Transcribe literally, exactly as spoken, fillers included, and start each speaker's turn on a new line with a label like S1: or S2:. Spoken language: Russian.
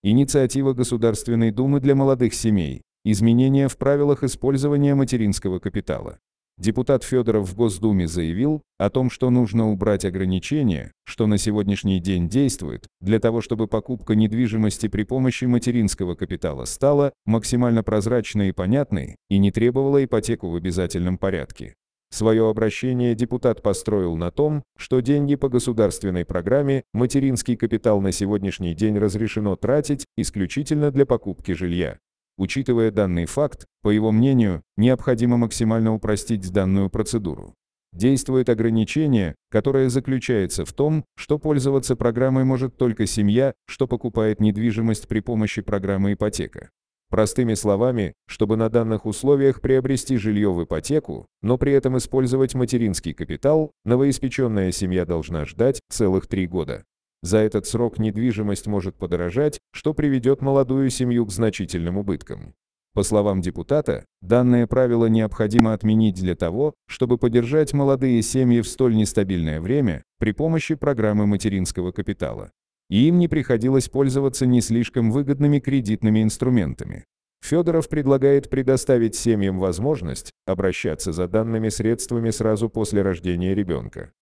S1: Инициатива Государственной Думы для молодых семей. Изменения в правилах использования материнского капитала. Депутат Федоров в Госдуме заявил о том, что нужно убрать ограничения, что на сегодняшний день действует, для того, чтобы покупка недвижимости при помощи материнского капитала стала максимально прозрачной и понятной и не требовала ипотеку в обязательном порядке. Свое обращение депутат построил на том, что деньги по государственной программе «Материнский капитал» на сегодняшний день разрешено тратить исключительно для покупки жилья. Учитывая данный факт, по его мнению, необходимо максимально упростить данную процедуру. Действует ограничение, которое заключается в том, что пользоваться программой может только семья, что покупает недвижимость при помощи программы ипотека. Простыми словами, чтобы на данных условиях приобрести жилье в ипотеку, но при этом использовать материнский капитал, новоиспеченная семья должна ждать целых три года. За этот срок недвижимость может подорожать, что приведет молодую семью к значительным убыткам. По словам депутата, данное правило необходимо отменить для того, чтобы поддержать молодые семьи в столь нестабильное время при помощи программы материнского капитала. И им не приходилось пользоваться не слишком выгодными кредитными инструментами. Федоров предлагает предоставить семьям возможность обращаться за данными средствами сразу после рождения ребенка.